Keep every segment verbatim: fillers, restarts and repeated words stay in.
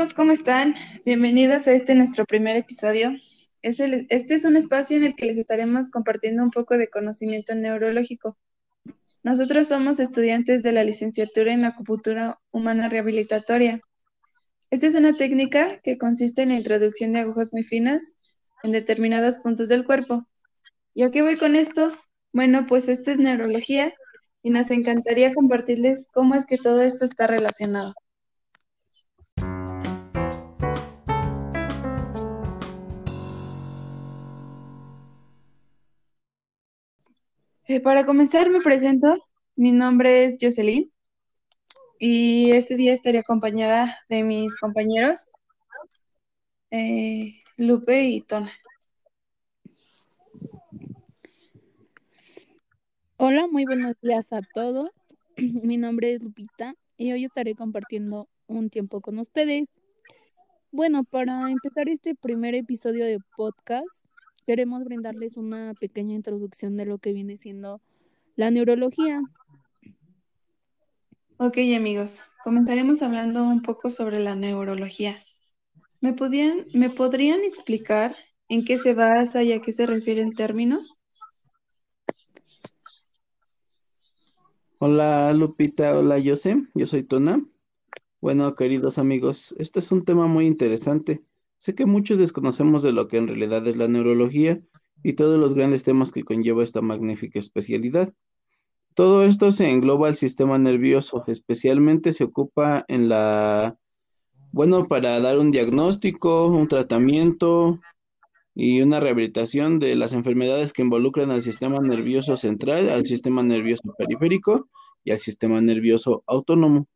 amigos, ¿cómo están? Bienvenidos a este nuestro primer episodio. Es el- este es un espacio en el que les estaremos compartiendo un poco de conocimiento neurológico. Nosotros somos estudiantes de la licenciatura en acupuntura humana rehabilitatoria. Esta es una técnica que consiste en la introducción de agujas muy finas en determinados puntos del cuerpo. ¿Y a qué voy con esto? Bueno, pues esto es neurología y nos encantaría compartirles cómo es que todo esto está relacionado. Eh, para comenzar, me presento. Mi nombre es Jocelyn y este día estaré acompañada de mis compañeros eh, Lupe y Tona. Hola, muy buenos días a todos. Mi nombre es Lupita y hoy estaré compartiendo un tiempo con ustedes. Bueno, para empezar este primer episodio de podcast, queremos brindarles una pequeña introducción de lo que viene siendo la neurología. Ok, amigos, comenzaremos hablando un poco sobre la neurología. ¿Me podían, me podrían explicar en qué se basa y a qué se refiere el término? Hola Lupita, hola José, yo soy Tona. Bueno, queridos amigos, este es un tema muy interesante. Sé que muchos desconocemos de lo que en realidad es la neurología y todos los grandes temas que conlleva esta magnífica especialidad. Todo esto se engloba al sistema nervioso, especialmente se ocupa en la, bueno, para dar un diagnóstico, un tratamiento y una rehabilitación de las enfermedades que involucran al sistema nervioso central, al sistema nervioso periférico y al sistema nervioso autónomo.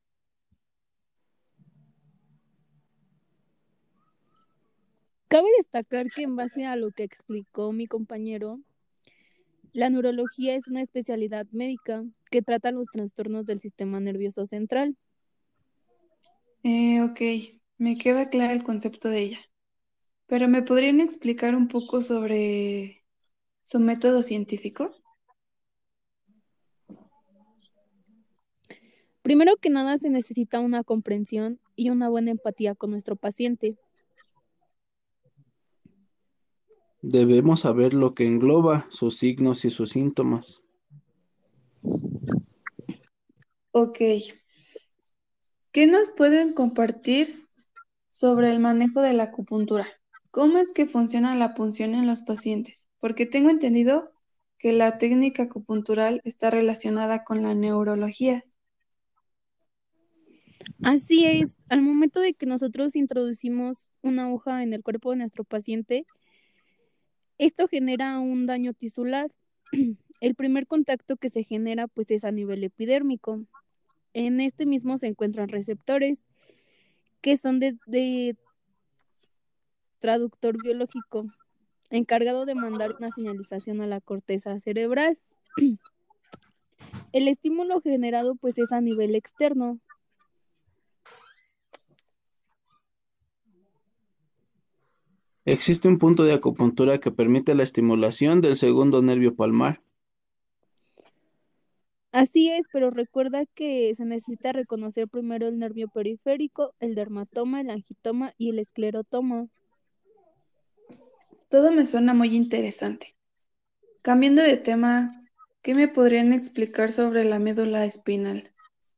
Cabe destacar que en base a lo que explicó mi compañero, la neurología es una especialidad médica que trata los trastornos del sistema nervioso central. Eh, ok, me queda claro el concepto de ella, pero ¿me podrían explicar un poco sobre su método científico? Primero que nada se necesita una comprensión y una buena empatía con nuestro paciente. Debemos saber lo que engloba sus signos y sus síntomas. Ok, ¿qué nos pueden compartir sobre el manejo de la acupuntura? ¿Cómo es que funciona la punción en los pacientes? Porque tengo entendido que la técnica acupuntural está relacionada con la neurología. Así es, al momento de que nosotros introducimos una aguja en el cuerpo de nuestro paciente, esto genera un daño tisular. El primer contacto que se genera pues es a nivel epidérmico. En este mismo se encuentran receptores que son de, de traductor biológico, encargado de mandar una señalización a la corteza cerebral. El estímulo generado pues es a nivel externo. Existe un punto de acupuntura que permite la estimulación del segundo nervio palmar. Así es, pero recuerda que se necesita reconocer primero el nervio periférico, el dermatoma, el angitoma y el esclerotoma. Todo me suena muy interesante. Cambiando de tema, ¿qué me podrían explicar sobre la médula espinal?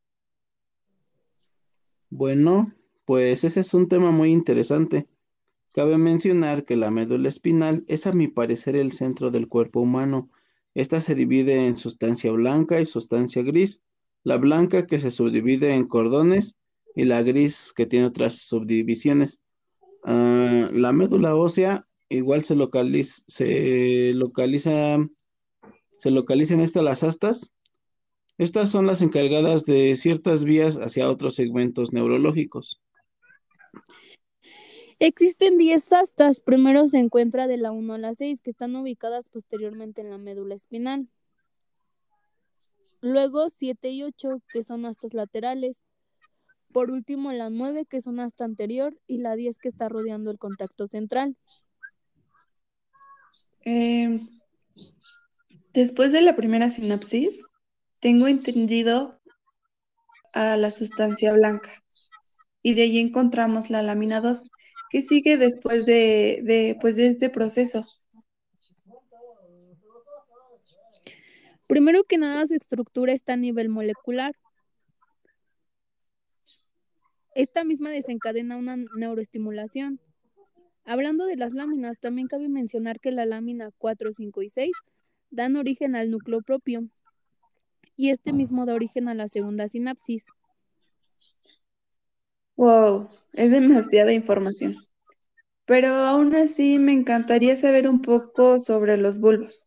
Bueno, pues ese es un tema muy interesante. Cabe mencionar que la médula espinal es a mi parecer el centro del cuerpo humano. Esta se divide en sustancia blanca y sustancia gris. La blanca que se subdivide en cordones y la gris que tiene otras subdivisiones. Ah, la médula ósea igual se localiza, se localiza, se localizan estas las astas. Estas son las encargadas de ciertas vías hacia otros segmentos neurológicos. Existen diez astas, primero se encuentra de la uno a la seis, que están ubicadas posteriormente en la médula espinal. Luego siete y ocho, que son astas laterales. Por último, la nueve, que es una asta anterior, y la diez, que está rodeando el contacto central. Eh, después de la primera sinapsis, tengo entendido a la sustancia blanca. y de allí encontramos la lámina dos, que sigue después de, de, pues, de este proceso. Primero que nada, su estructura está a nivel molecular. Esta misma desencadena una neuroestimulación. Hablando de las láminas, también cabe mencionar que la lámina cuatro, cinco y seis dan origen al núcleo propio, y este mismo da origen a la segunda sinapsis. Wow, es demasiada información. Pero aún así me encantaría saber un poco sobre los bulbos.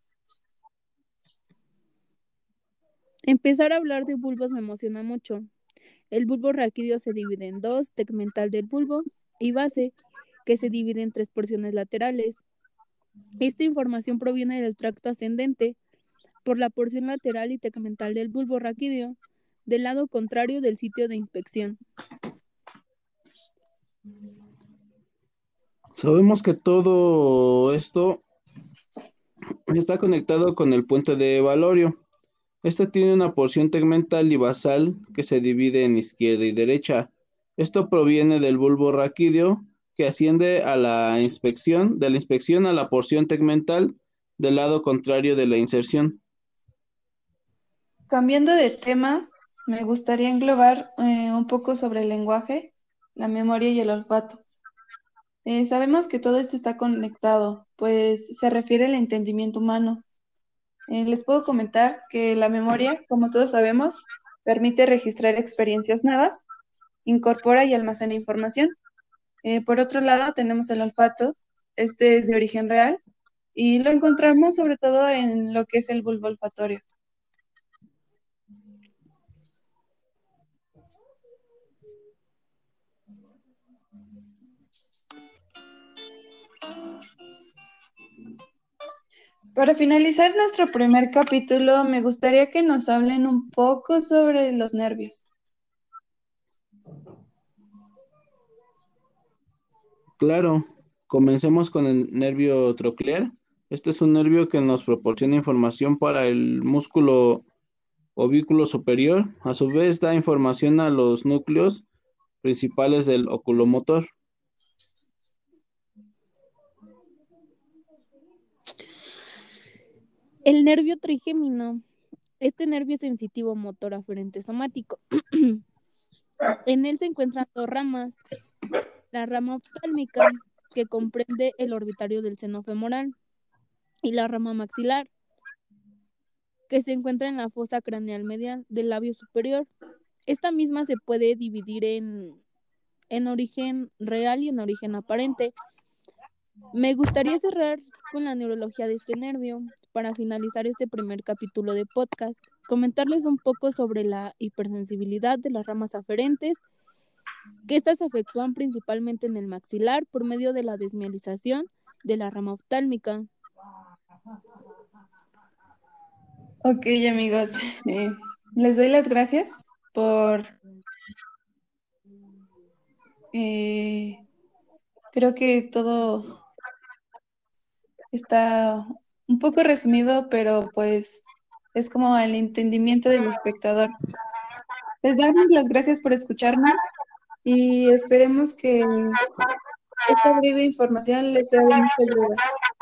Empezar a hablar de bulbos me emociona mucho. El bulbo raquídeo se divide en dos, tegmental del bulbo y base, que se divide en tres porciones laterales. Esta información proviene del tracto ascendente por la porción lateral y tegmental del bulbo raquídeo, del lado contrario del sitio de inspección. Sabemos que todo esto está conectado con el puente de Valorio. Este tiene una porción tegmental y basal que se divide en izquierda y derecha. Esto proviene del bulbo raquídeo que asciende a la inspección, de la inspección a la porción tegmental del lado contrario de la inserción. Cambiando de tema, me gustaría englobar eh, un poco sobre el lenguaje, la memoria y el olfato. Eh, sabemos que todo esto está conectado, pues se refiere al entendimiento humano. Eh, les puedo comentar que la memoria, como todos sabemos, permite registrar experiencias nuevas, incorpora y almacena información. Eh, por otro lado, tenemos el olfato. Este es de origen real y lo encontramos sobre todo en lo que es el bulbo olfatorio. Para finalizar nuestro primer capítulo, me gustaría que nos hablen un poco sobre los nervios. Claro, comencemos con el nervio troclear. Este es un nervio que nos proporciona información para el músculo ovículo superior. A su vez, da información a los núcleos principales del oculomotor. El nervio trigémino. Este nervio sensitivo motor aferente somático. En él se encuentran dos ramas. La rama oftálmica, que comprende el orbitario del seno femoral, y la rama maxilar, que se encuentra en la fosa craneal medial del labio superior. Esta misma se puede dividir en, en origen real y en origen aparente. Me gustaría cerrar con la neurología de este nervio para finalizar este primer capítulo de podcast, comentarles un poco sobre la hipersensibilidad de las ramas aferentes, que estas se efectúan principalmente en el maxilar por medio de la desmielización de la rama oftálmica. Ok, amigos, eh, les doy las gracias por... Eh, creo que todo está un poco resumido, pero pues es como el entendimiento del espectador. Les damos las gracias por escucharnos y esperemos que esta breve información les sea de mucha ayuda.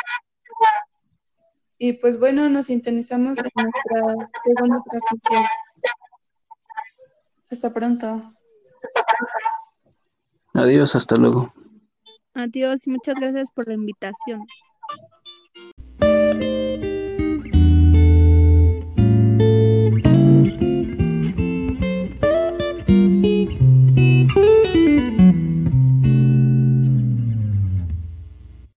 Y pues bueno, nos sintonizamos en nuestra segunda transmisión. Hasta pronto. Adiós, hasta luego. Adiós y muchas gracias por la invitación.